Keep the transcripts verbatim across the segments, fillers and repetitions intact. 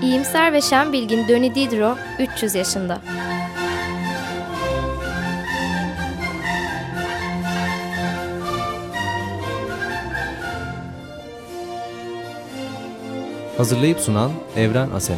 İyimser ve şen bilgin Döni Diderot üç yüz yaşında. Hazırlayıp sunan Evren Asena.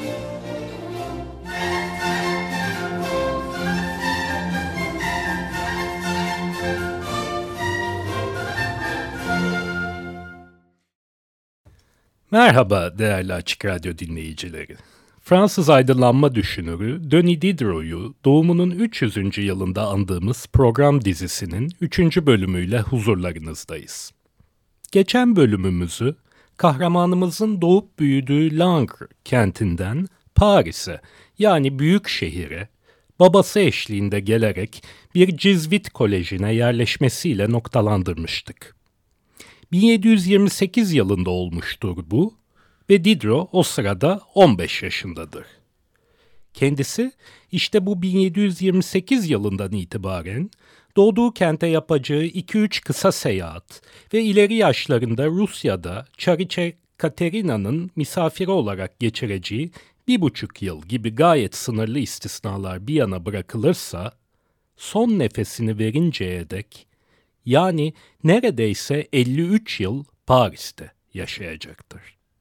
Merhaba değerli Açık Radyo dinleyicileri. Fransız aydınlanma düşünürü Denis Diderot'u doğumunun üç yüzüncü yılında andığımız program dizisinin üçüncü bölümüyle huzurlarınızdayız. Geçen bölümümüzü kahramanımızın doğup büyüdüğü Langres kentinden Paris'e, yani büyük şehire, babası eşliğinde gelerek bir Cizvit Koleji'ne yerleşmesiyle noktalandırmıştık. bin yedi yüz yirmi sekiz yılında olmuştur bu ve Diderot o sırada on beş yaşındadır. Kendisi işte bu bin yedi yüz yirmi sekiz yılından itibaren doğduğu kente yapacağı iki üç kısa seyahat ve ileri yaşlarında Rusya'da Çariçe Katerina'nın misafiri olarak geçireceği bir buçuk yıl gibi gayet sınırlı istisnalar bir yana bırakılırsa, son nefesini verinceye dek, yani neredeyse elli üç yıl Paris'te yaşayacaktır.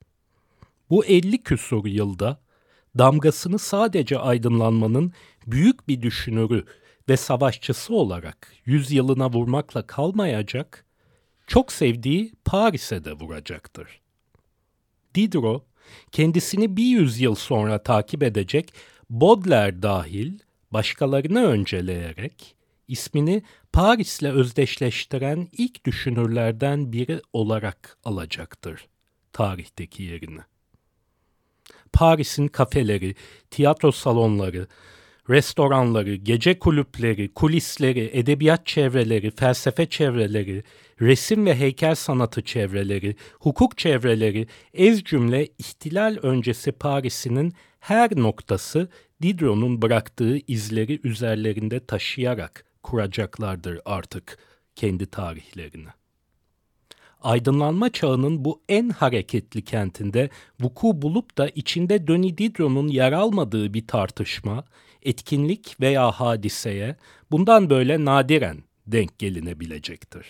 Bu elli küsur yılda damgasını sadece aydınlanmanın büyük bir düşünürü ve savaşçısı olarak yüzyılına vurmakla kalmayacak, çok sevdiği Paris'e de vuracaktır. Diderot, kendisini bir yüzyıl sonra takip edecek Baudelaire dahil başkalarını önceleyerek, ismini Paris'le özdeşleştiren ilk düşünürlerden biri olarak alacaktır tarihteki yerini. Paris'in kafeleri, tiyatro salonları, restoranları, gece kulüpleri, kulisleri, edebiyat çevreleri, felsefe çevreleri, resim ve heykel sanatı çevreleri, hukuk çevreleri, ez cümle ihtilal öncesi Paris'inin her noktası Diderot'un bıraktığı izleri üzerlerinde taşıyarak kuracaklardır artık kendi tarihlerini. Aydınlanma çağının bu en hareketli kentinde vuku bulup da içinde Denis Diderot'un yer almadığı bir tartışma, etkinlik veya hadiseye bundan böyle nadiren denk gelinebilecektir.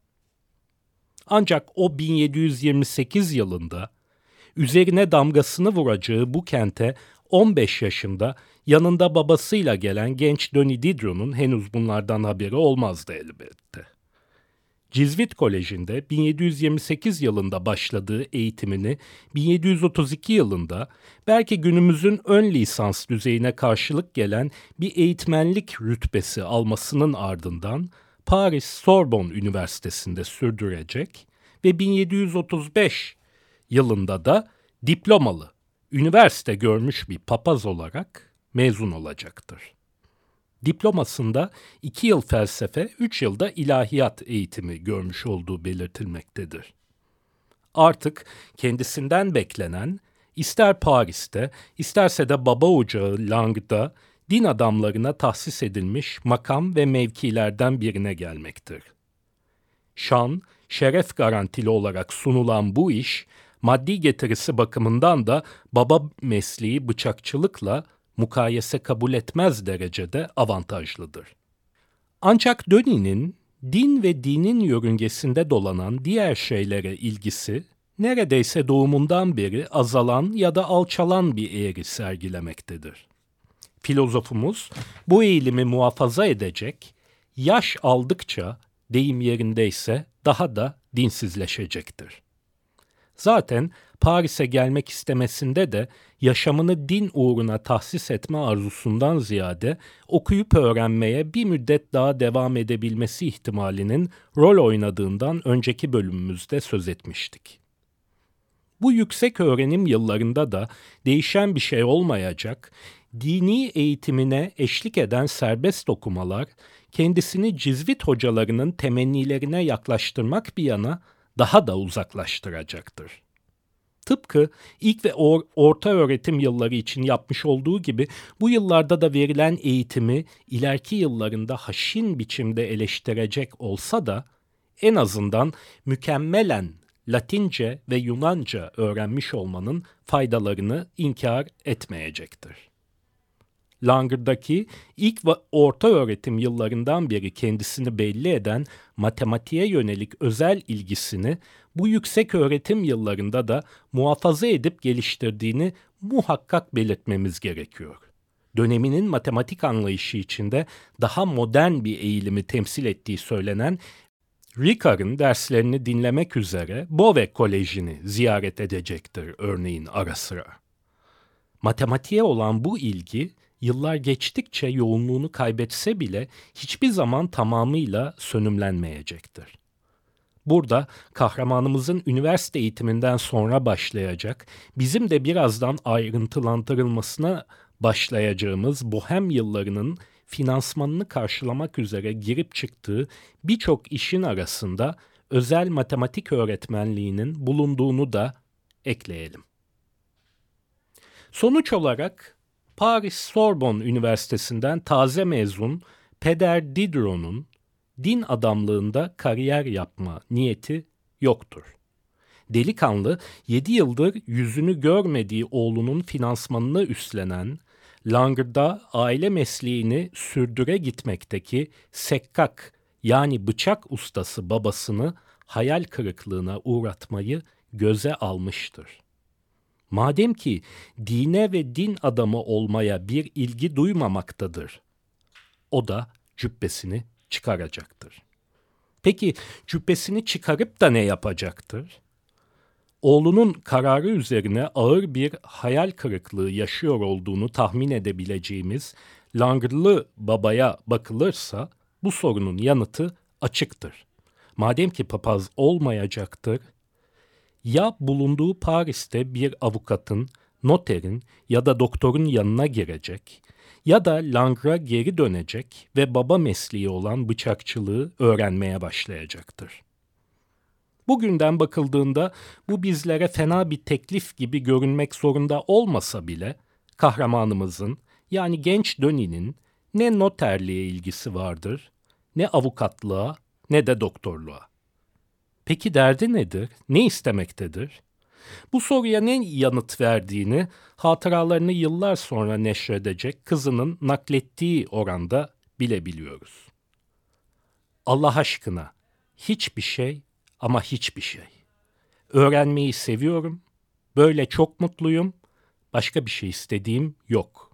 Ancak o bin yedi yüz yirmi sekiz yılında üzerine damgasını vuracağı bu kente on beş yaşında yanında babasıyla gelen genç Denis Diderot'un henüz bunlardan haberi olmazdı elbette. Cizvit Koleji'nde bin yedi yüz yirmi sekiz yılında başladığı eğitimini bin yedi yüz otuz iki yılında belki günümüzün ön lisans düzeyine karşılık gelen bir eğitmenlik rütbesi almasının ardından Paris Sorbonne Üniversitesi'nde sürdürecek ve bin yedi yüz otuz beş yılında da diplomalı, üniversite görmüş bir papaz olarak mezun olacaktır. Diplomasında iki yıl felsefe, üç yılda ilahiyat eğitimi görmüş olduğu belirtilmektedir. Artık kendisinden beklenen, ister Paris'te, isterse de baba ocağı Langres'da din adamlarına tahsis edilmiş makam ve mevkilerden birine gelmektir. Şan, şeref garantili olarak sunulan bu iş, maddi getirisi bakımından da baba mesleği bıçakçılıkla mukayese kabul etmez derecede avantajlıdır. Ancak Denis'in din ve dinin yörüngesinde dolanan diğer şeylere ilgisi neredeyse doğumundan beri azalan ya da alçalan bir eğri sergilemektedir. Filozofumuz bu eğilimi muhafaza edecek, yaş aldıkça deyim yerindeyse daha da dinsizleşecektir. Zaten Paris'e gelmek istemesinde de yaşamını din uğruna tahsis etme arzusundan ziyade okuyup öğrenmeye bir müddet daha devam edebilmesi ihtimalinin rol oynadığından önceki bölümümüzde söz etmiştik. Bu yüksek öğrenim yıllarında da değişen bir şey olmayacak, dini eğitimine eşlik eden serbest okumalar kendisini Cizvit hocalarının temennilerine yaklaştırmak bir yana daha da uzaklaştıracaktır. Tıpkı ilk ve or- orta öğretim yılları için yapmış olduğu gibi bu yıllarda da verilen eğitimi ileriki yıllarında haşin biçimde eleştirecek olsa da en azından mükemmelen Latince ve Yunanca öğrenmiş olmanın faydalarını inkar etmeyecektir. Langır'daki ilk ve orta öğretim yıllarından beri kendisini belli eden matematiğe yönelik özel ilgisini bu yüksek öğretim yıllarında da muhafaza edip geliştirdiğini muhakkak belirtmemiz gerekiyor. Döneminin matematik anlayışı içinde daha modern bir eğilimi temsil ettiği söylenen Ricard'ın derslerini dinlemek üzere Beauvais Koleji'ni ziyaret edecektir örneğin ara sıra. Matematiğe olan bu ilgi yıllar geçtikçe yoğunluğunu kaybetse bile hiçbir zaman tamamıyla sönümlenmeyecektir. Burada kahramanımızın üniversite eğitiminden sonra başlayacak, bizim de birazdan ayrıntılandırılmasına başlayacağımız bohem yıllarının finansmanını karşılamak üzere girip çıktığı birçok işin arasında özel matematik öğretmenliğinin bulunduğunu da ekleyelim. Sonuç olarak Paris Sorbonne Üniversitesi'nden taze mezun Peder Diderot'un din adamlığında kariyer yapma niyeti yoktur. Delikanlı yedi yıldır yüzünü görmediği oğlunun finansmanını üstlenen, Langır'da aile mesleğini sürdüre gitmekteki sekkak yani bıçak ustası babasını hayal kırıklığına uğratmayı göze almıştır. Madem ki dine ve din adamı olmaya bir ilgi duymamaktadır, o da cübbesini çıkaracaktır. Peki cübbesini çıkarıp da ne yapacaktır? Oğlunun kararı üzerine ağır bir hayal kırıklığı yaşıyor olduğunu tahmin edebileceğimiz Langırlı babaya bakılırsa bu sorunun yanıtı açıktır. Madem ki papaz olmayacaktır, ya bulunduğu Paris'te bir avukatın, noterin ya da doktorun yanına girecek ya da Langres'a geri dönecek ve baba mesleği olan bıçakçılığı öğrenmeye başlayacaktır. Bugünden bakıldığında bu bizlere fena bir teklif gibi görünmek zorunda olmasa bile kahramanımızın yani genç Denis'in ne noterliğe ilgisi vardır, ne avukatlığa ne de doktorluğa. Peki derdi nedir? Ne istemektedir? Bu soruya ne yanıt verdiğini hatıralarını yıllar sonra neşredecek kızının naklettiği oranda bilebiliyoruz. Allah aşkına hiçbir şey ama hiçbir şey. Öğrenmeyi seviyorum, böyle çok mutluyum, başka bir şey istediğim yok.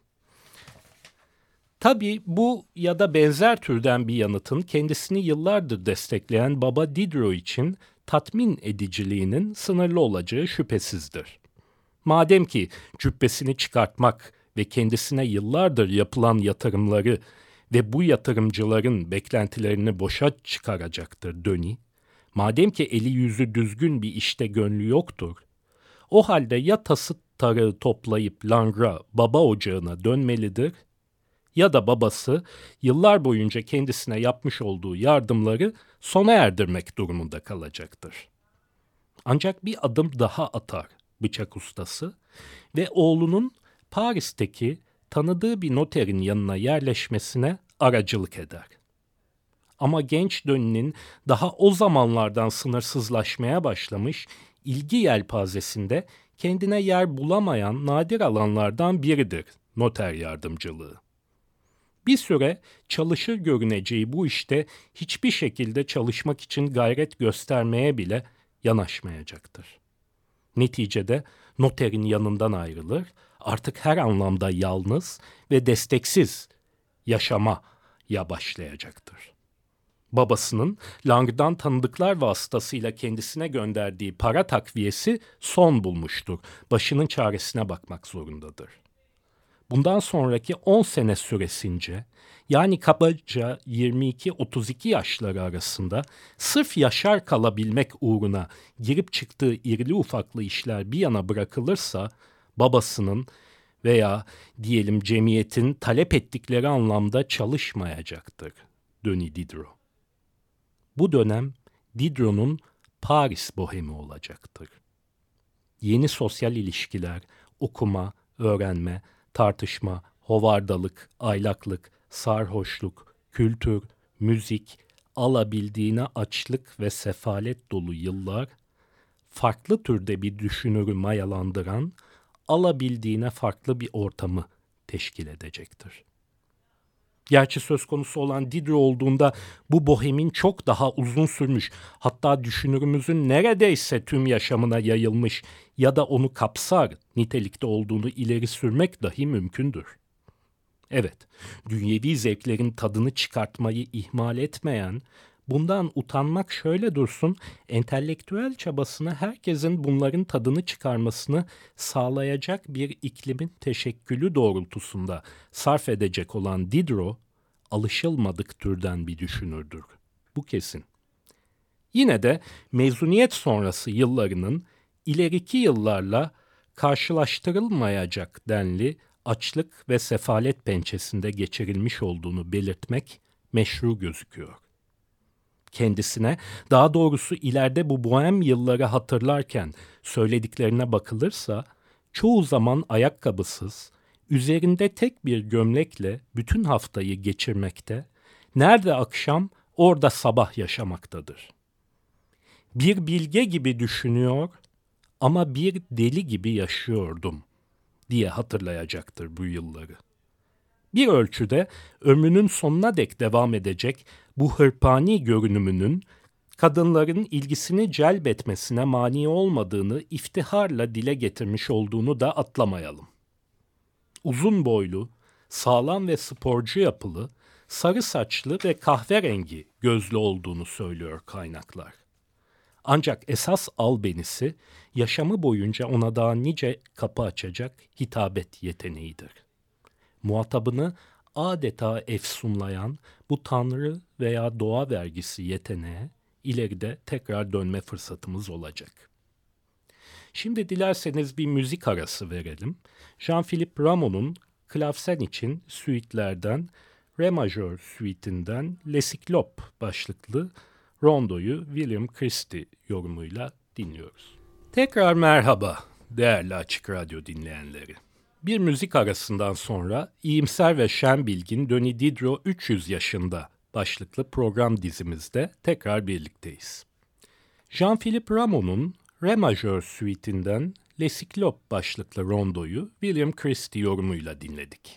Tabii bu ya da benzer türden bir yanıtın kendisini yıllardır destekleyen baba Diderot için tatmin ediciliğinin sınırlı olacağı şüphesizdir. Madem ki cübbesini çıkartmak ve kendisine yıllardır yapılan yatırımları ve bu yatırımcıların beklentilerini boşa çıkaracaktır Denis, madem ki eli yüzü düzgün bir işte gönlü yoktur, o halde ya tası tarağı toplayıp Langres'a baba ocağına dönmelidir ya da babası yıllar boyunca kendisine yapmış olduğu yardımları sona erdirmek durumunda kalacaktır. Ancak bir adım daha atar bıçak ustası ve oğlunun Paris'teki tanıdığı bir noterin yanına yerleşmesine aracılık eder. Ama genç Denis'in daha o zamanlardan sınırsızlaşmaya başlamış ilgi yelpazesinde kendine yer bulamayan nadir alanlardan biridir noter yardımcılığı. Bir süre çalışır görüneceği bu işte hiçbir şekilde çalışmak için gayret göstermeye bile yanaşmayacaktır. Neticede noterin yanından ayrılır, artık her anlamda yalnız ve desteksiz yaşamaya başlayacaktır. Babasının Langres'dan tanıdıklar vasıtasıyla kendisine gönderdiği para takviyesi son bulmuştur. Başının çaresine bakmak zorundadır. Bundan sonraki on sene süresince, yani kabaca yirmi iki otuz iki yaşları arasında sırf yaşar kalabilmek uğruna girip çıktığı irili ufaklı işler bir yana bırakılırsa, babasının veya diyelim cemiyetin talep ettikleri anlamda çalışmayacaktır Denis Diderot. Bu dönem Diderot'un Paris bohemi olacaktır. Yeni sosyal ilişkiler, okuma, öğrenme, tartışma, hovardalık, aylaklık, sarhoşluk, kültür, müzik, alabildiğine açlık ve sefalet dolu yıllar farklı türde bir düşünürü mayalandıran, alabildiğine farklı bir ortamı teşkil edecektir. Gerçi söz konusu olan Diderot olduğunda bu bohemin çok daha uzun sürmüş, hatta düşünürümüzün neredeyse tüm yaşamına yayılmış ya da onu kapsar nitelikte olduğunu ileri sürmek dahi mümkündür. Evet, dünyevi zevklerin tadını çıkartmayı ihmal etmeyen, bundan utanmak şöyle dursun, entelektüel çabasını herkesin bunların tadını çıkarmasını sağlayacak bir iklimin teşekkülü doğrultusunda sarf edecek olan Diderot, alışılmadık türden bir düşünürdür. Bu kesin. Yine de mezuniyet sonrası yıllarının ileriki yıllarla karşılaştırılmayacak denli açlık ve sefalet pençesinde geçirilmiş olduğunu belirtmek meşru gözüküyor. Kendisine, daha doğrusu ileride bu bohem yılları hatırlarken söylediklerine bakılırsa, çoğu zaman ayakkabısız, üzerinde tek bir gömlekle bütün haftayı geçirmekte, nerede akşam, orada sabah yaşamaktadır. Bir bilge gibi düşünüyor ama bir deli gibi yaşıyordum diye hatırlayacaktır bu yılları. Bir ölçüde ömrünün sonuna dek devam edecek bu hırpani görünümünün kadınların ilgisini celbetmesine mani olmadığını iftiharla dile getirmiş olduğunu da atlamayalım. Uzun boylu, sağlam ve sporcu yapılı, sarı saçlı ve kahverengi gözlü olduğunu söylüyor kaynaklar. Ancak esas albenisi yaşamı boyunca ona daha nice kapı açacak hitabet yeteneğidir. Muhatabını adeta efsunlayan bu tanrı veya doğa vergisi yeteneğe ileride tekrar dönme fırsatımız olacak. Şimdi dilerseniz bir müzik arası verelim. Jean-Philippe Rameau'nun klavsen için suite'lerden Re majör suite'inden Les Cyclopes başlıklı rondoyu William Christie yorumuyla dinliyoruz. Tekrar merhaba değerli Açık Radyo dinleyenleri. Bir müzik arasından sonra iyimser ve şen bilgin Denis Diderot üç yüz yaşında başlıklı program dizimizde tekrar birlikteyiz. Jean-Philippe Rameau'nun Re majör suite'inden Les Cyclopes başlıklı rondoyu William Christie yorumuyla dinledik.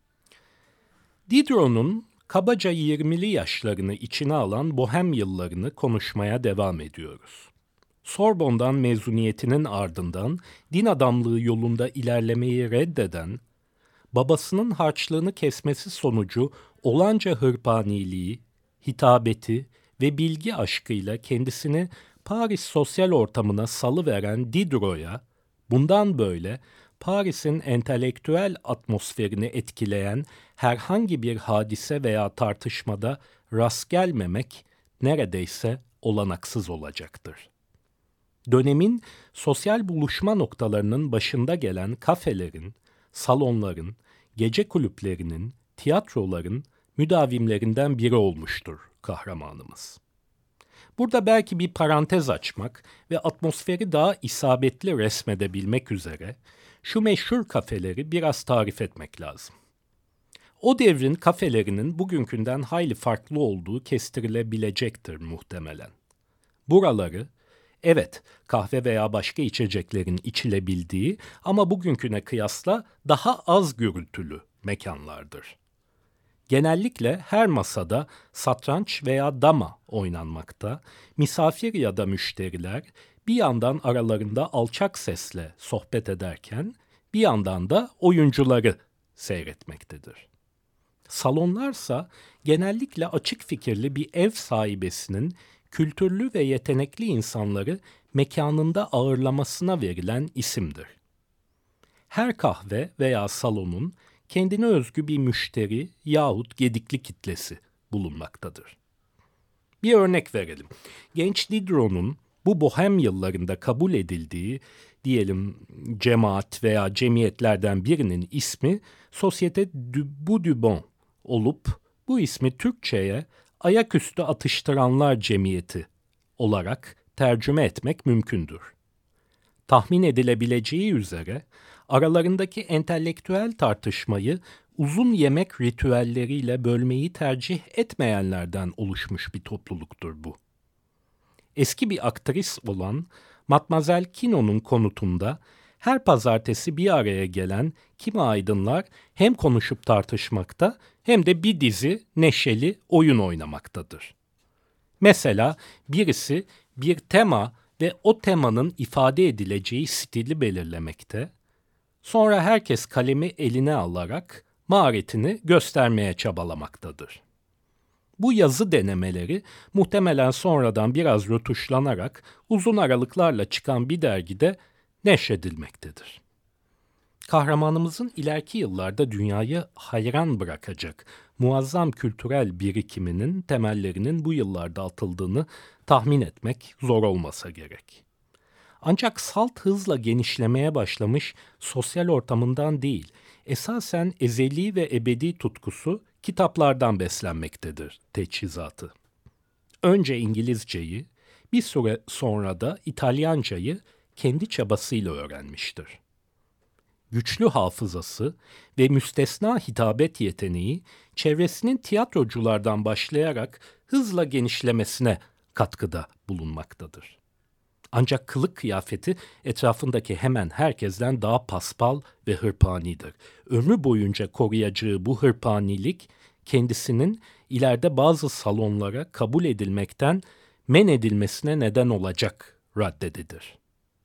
Diderot'un kabaca yirmili yaşlarını içine alan bohem yıllarını konuşmaya devam ediyoruz. Sorbon'dan mezuniyetinin ardından din adamlığı yolunda ilerlemeyi reddeden, babasının harçlığını kesmesi sonucu olanca hırpaniliği, hitabeti ve bilgi aşkıyla kendisini Paris sosyal ortamına salıveren Diderot'a, bundan böyle Paris'in entelektüel atmosferini etkileyen herhangi bir hadise veya tartışmada rast gelmemek neredeyse olanaksız olacaktır. Dönemin sosyal buluşma noktalarının başında gelen kafelerin, salonların, gece kulüplerinin, tiyatroların müdavimlerinden biri olmuştur kahramanımız. Burada belki bir parantez açmak ve atmosferi daha isabetli resmedebilmek üzere şu meşhur kafeleri biraz tarif etmek lazım. O devrin kafelerinin bugünkünden hayli farklı olduğu kestirilebilecektir muhtemelen. Buraları, evet, kahve veya başka içeceklerin içilebildiği ama bugünküne kıyasla daha az gürültülü mekanlardır. Genellikle her masada satranç veya dama oynanmakta, misafir ya da müşteriler bir yandan aralarında alçak sesle sohbet ederken bir yandan da oyuncuları seyretmektedir. Salonlarsa genellikle açık fikirli bir ev sahibesinin kültürlü ve yetenekli insanları mekanında ağırlamasına verilen isimdir. Her kahve veya salonun kendine özgü bir müşteri yahut gedikli kitlesi bulunmaktadır. Bir örnek verelim. Genç Diderot'un bu bohem yıllarında kabul edildiği, diyelim cemaat veya cemiyetlerden birinin ismi Société du Bout du Bon olup bu ismi Türkçe'ye ayaküstü atıştıranlar cemiyeti olarak tercüme etmek mümkündür. Tahmin edilebileceği üzere aralarındaki entelektüel tartışmayı uzun yemek ritüelleriyle bölmeyi tercih etmeyenlerden oluşmuş bir topluluktur bu. eski bir aktris olan Mademoiselle Kino'nun konutunda her pazartesi bir araya gelen kimi aydınlar hem konuşup tartışmakta hem de bir dizi neşeli oyun oynamaktadır. Mesela birisi bir tema ve o temanın ifade edileceği stili belirlemekte, sonra herkes kalemi eline alarak maharetini göstermeye çabalamaktadır. Bu yazı denemeleri muhtemelen sonradan biraz rötuşlanarak uzun aralıklarla çıkan bir dergide neşredilmektedir. Kahramanımızın ileriki yıllarda dünyayı hayran bırakacak muazzam kültürel birikiminin temellerinin bu yıllarda atıldığını tahmin etmek zor olmasa gerek. Ancak salt hızla genişlemeye başlamış sosyal ortamından değil, esasen ezeli ve ebedi tutkusu kitaplardan beslenmektedir teçhizatı. Önce İngilizceyi, bir süre sonra da İtalyancayı kendi çabasıyla öğrenmiştir. Güçlü hafızası ve müstesna hitabet yeteneği çevresinin tiyatroculardan başlayarak hızla genişlemesine katkıda bulunmaktadır. Ancak kılık kıyafeti etrafındaki hemen herkesten daha paspal ve hırpanidir. Ömrü boyunca koruyacağı bu hırpanilik kendisinin ileride bazı salonlara kabul edilmekten men edilmesine neden olacak raddededir.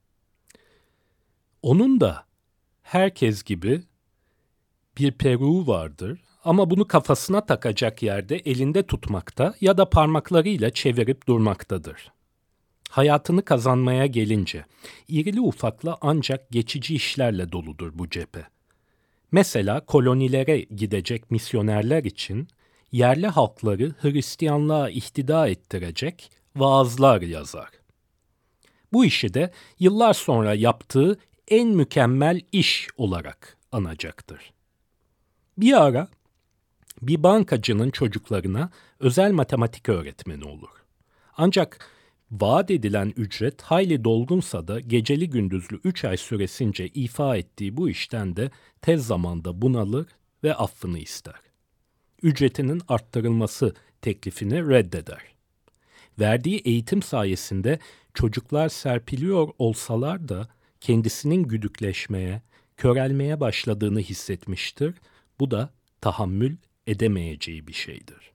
Onun da herkes gibi bir peruğu vardır ama bunu kafasına takacak yerde elinde tutmakta ya da parmaklarıyla çevirip durmaktadır. Hayatını kazanmaya gelince irili ufaklı ancak geçici işlerle doludur bu cephe. Mesela kolonilere gidecek misyonerler için yerli halkları Hristiyanlığa ihtida ettirecek vaazlar yazar. Bu işi de yıllar sonra yaptığı en mükemmel iş olarak anacaktır. Bir ara bir bankacının çocuklarına özel matematik öğretmeni olur. Ancak vaat edilen ücret hayli dolgunsa da geceli gündüzlü üç ay süresince ifa ettiği bu işten de tez zamanda bunalır ve affını ister. Ücretinin arttırılması teklifini reddeder. Verdiği eğitim sayesinde çocuklar serpiliyor olsalar da kendisinin güdükleşmeye, körelmeye başladığını hissetmiştir. Bu da tahammül edemeyeceği bir şeydir.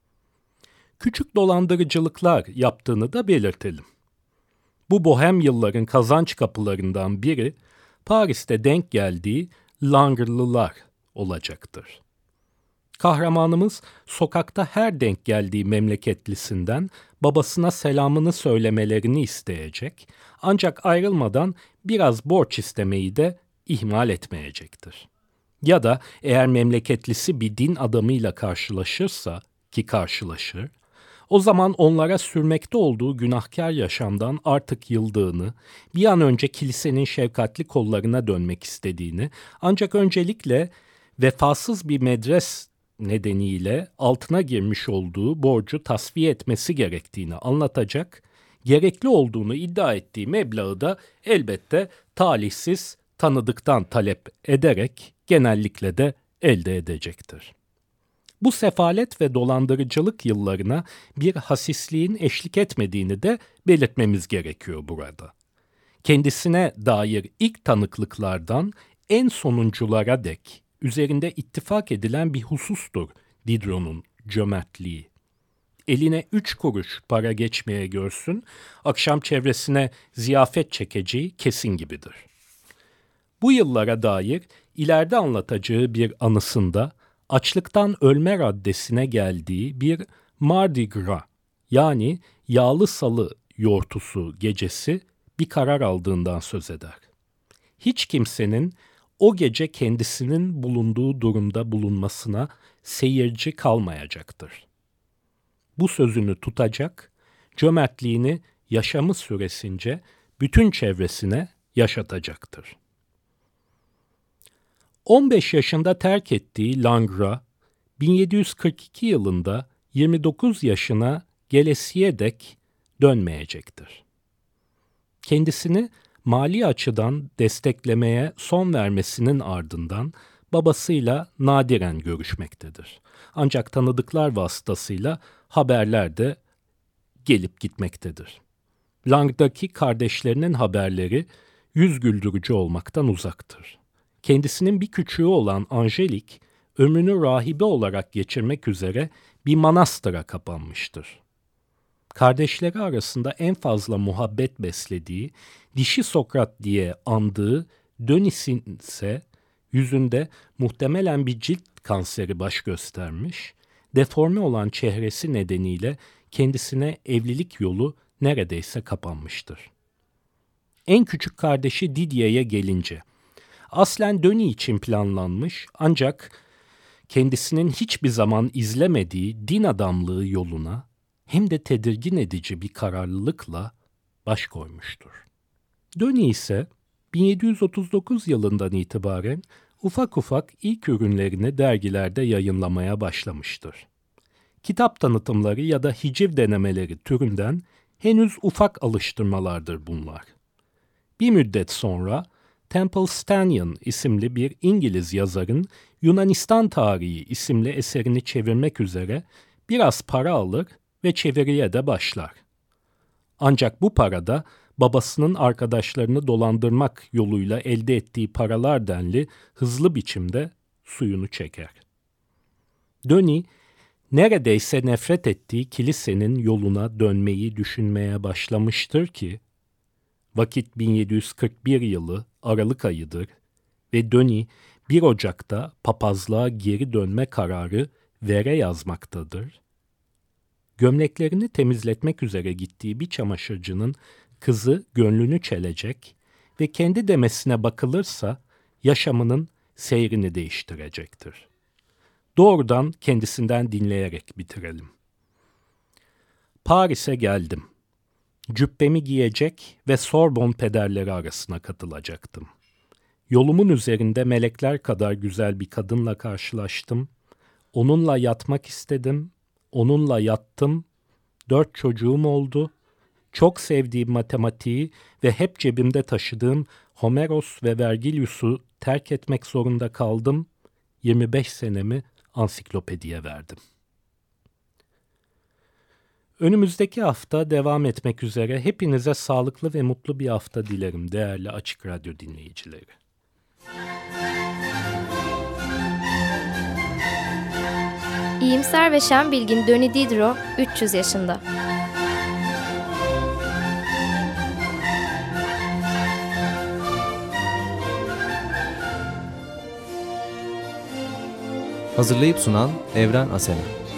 Küçük dolandırıcılıklar yaptığını da belirtelim. Bu bohem yılların kazanç kapılarından biri Paris'te denk geldiği Langırlılar olacaktır. Kahramanımız sokakta her denk geldiği memleketlisinden babasına selamını söylemelerini isteyecek, ancak ayrılmadan biraz borç istemeyi de ihmal etmeyecektir. Ya da eğer memleketlisi bir din adamıyla karşılaşırsa, ki karşılaşır, o zaman onlara sürmekte olduğu günahkar yaşamdan artık yıldığını, bir an önce kilisenin şefkatli kollarına dönmek istediğini, ancak öncelikle vefasız bir medres nedeniyle altına girmiş olduğu borcu tasfiye etmesi gerektiğini anlatacak, gerekli olduğunu iddia ettiği meblağı da elbette talihsiz tanıdıktan talep ederek genellikle de elde edecektir. Bu sefalet ve dolandırıcılık yıllarına bir hasisliğin eşlik etmediğini de belirtmemiz gerekiyor burada. Kendisine dair ilk tanıklıklardan en sonunculara dek üzerinde ittifak edilen bir husustur Diderot'un cömertliği. Eline üç kuruş para geçmeye görsün, akşam çevresine ziyafet çekeceği kesin gibidir. Bu yıllara dair ileride anlatacağı bir anısında açlıktan ölme raddesine geldiği bir Mardi Gras, yani yağlı salı yortusu gecesi bir karar aldığından söz eder. Hiç kimsenin o gece kendisinin bulunduğu durumda bulunmasına seyirci kalmayacaktır. Bu sözünü tutacak, cömertliğini yaşamı süresince bütün çevresine yaşatacaktır. on beş yaşında terk ettiği Langres, bin yedi yüz kırk iki yılında yirmi dokuz yaşına gelesiye dek dönmeyecektir. Kendisini mali açıdan desteklemeye son vermesinin ardından babasıyla nadiren görüşmektedir. Ancak tanıdıklar vasıtasıyla haberler de gelip gitmektedir. Lang'daki kardeşlerinin haberleri yüz güldürücü olmaktan uzaktır. Kendisinin bir küçüğü olan Angelique, ömrünü rahibe olarak geçirmek üzere bir manastıra kapanmıştır. Kardeşleri arasında en fazla muhabbet beslediği, dişi Sokrat diye andığı Dönüs'ün ise yüzünde muhtemelen bir cilt kanseri baş göstermiş, deforme olan çehresi nedeniyle kendisine evlilik yolu neredeyse kapanmıştır. En küçük kardeşi Didier'ye gelince, aslen Döni için planlanmış ancak kendisinin hiçbir zaman izlemediği din adamlığı yoluna hem de tedirgin edici bir kararlılıkla baş koymuştur. Döni ise bin yedi yüz otuz dokuz yılından itibaren ufak ufak ilk ürünlerini dergilerde yayınlamaya başlamıştır. Kitap tanıtımları ya da hiciv denemeleri türünden henüz ufak alıştırmalardır bunlar. Bir müddet sonra Temple Stanion isimli bir İngiliz yazarın Yunanistan Tarihi isimli eserini çevirmek üzere biraz para alır ve çeviriye de başlar. Ancak bu para da babasının arkadaşlarını dolandırmak yoluyla elde ettiği paralar denli hızlı biçimde suyunu çeker. Döni, neredeyse nefret ettiği kilisenin yoluna dönmeyi düşünmeye başlamıştır ki, vakit bin yedi yüz kırk bir yılı Aralık ayıdır ve Döni bir Ocak'ta papazlığa geri dönme kararı vere yazmaktadır. Gömleklerini temizletmek üzere gittiği bir çamaşırcının kızı gönlünü çelecek ve kendi demesine bakılırsa yaşamının seyrini değiştirecektir. Doğrudan kendisinden dinleyerek bitirelim. Paris'e geldim. Cübbemi giyecek ve Sorbonne pederleri arasına katılacaktım. Yolumun üzerinde melekler kadar güzel bir kadınla karşılaştım. Onunla yatmak istedim, onunla yattım. Dört çocuğum oldu. Çok sevdiğim matematiği ve hep cebimde taşıdığım Homeros ve Vergilius'u terk etmek zorunda kaldım. yirmi beş senemi ansiklopediye verdim. Önümüzdeki hafta devam etmek üzere hepinize sağlıklı ve mutlu bir hafta dilerim değerli Açık Radyo dinleyicileri. İyimser ve şen bilgin Döni Diderot üç yüz yaşında. Hazırlayıp sunan Evren Asena.